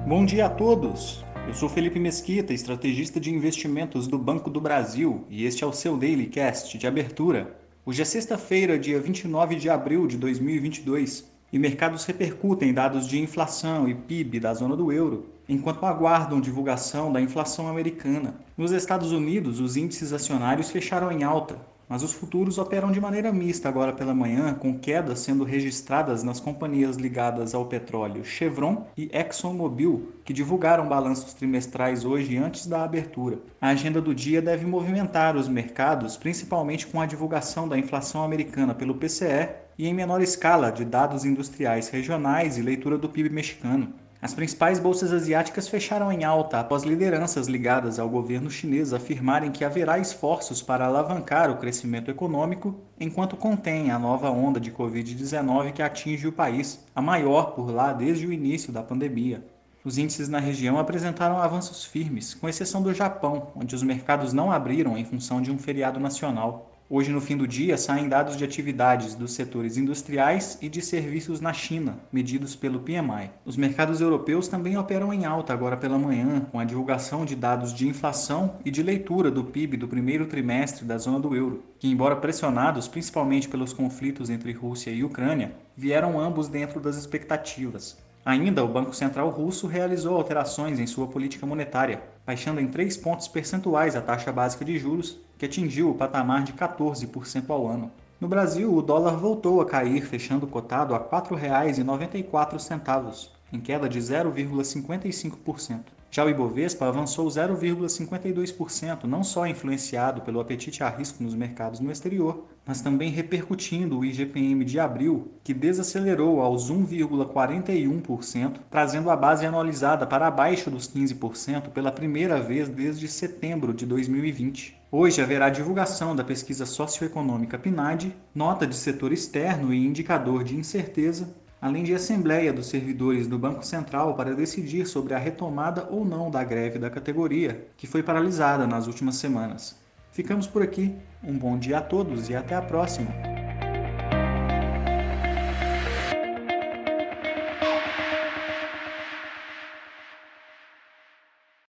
Bom dia a todos! Eu sou Felipe Mesquita, estrategista de investimentos do Banco do Brasil, e este é o seu Daily Cast de abertura. Hoje é sexta-feira, dia 29 de abril de 2022, e mercados repercutem dados de inflação e PIB da zona do euro, enquanto aguardam divulgação da inflação americana. Nos Estados Unidos, os índices acionários fecharam em alta, mas os futuros operam de maneira mista agora pela manhã, com quedas sendo registradas nas companhias ligadas ao petróleo Chevron e ExxonMobil, que divulgaram balanços trimestrais hoje antes da abertura. A agenda do dia deve movimentar os mercados, principalmente com a divulgação da inflação americana pelo PCE e, em menor escala, de dados industriais regionais e leitura do PIB mexicano. As principais bolsas asiáticas fecharam em alta após lideranças ligadas ao governo chinês afirmarem que haverá esforços para alavancar o crescimento econômico enquanto contém a nova onda de Covid-19 que atinge o país, a maior por lá desde o início da pandemia. Os índices na região apresentaram avanços firmes, com exceção do Japão, onde os mercados não abriram em função de um feriado nacional. Hoje, no fim do dia, saem dados de atividades dos setores industriais e de serviços na China, medidos pelo PMI. Os mercados europeus também operam em alta agora pela manhã, com a divulgação de dados de inflação e de leitura do PIB do primeiro trimestre da zona do euro, que, embora pressionados principalmente pelos conflitos entre Rússia e Ucrânia, vieram ambos dentro das expectativas. Ainda, o Banco Central russo realizou alterações em sua política monetária, baixando em 3 pontos percentuais a taxa básica de juros, que atingiu o patamar de 14% ao ano. No Brasil, o dólar voltou a cair, fechando cotado a R$ 4,94, em queda de 0,55%. Já o Ibovespa avançou 0,52%, não só influenciado pelo apetite a risco nos mercados no exterior, mas também repercutindo o IGPM de abril, que desacelerou aos 1,41%, trazendo a base anualizada para abaixo dos 15% pela primeira vez desde setembro de 2020. Hoje haverá divulgação da pesquisa socioeconômica PNAD, nota de setor externo e indicador de incerteza, além de assembleia dos servidores do Banco Central para decidir sobre a retomada ou não da greve da categoria, que foi paralisada nas últimas semanas. Ficamos por aqui, um bom dia a todos e até a próxima!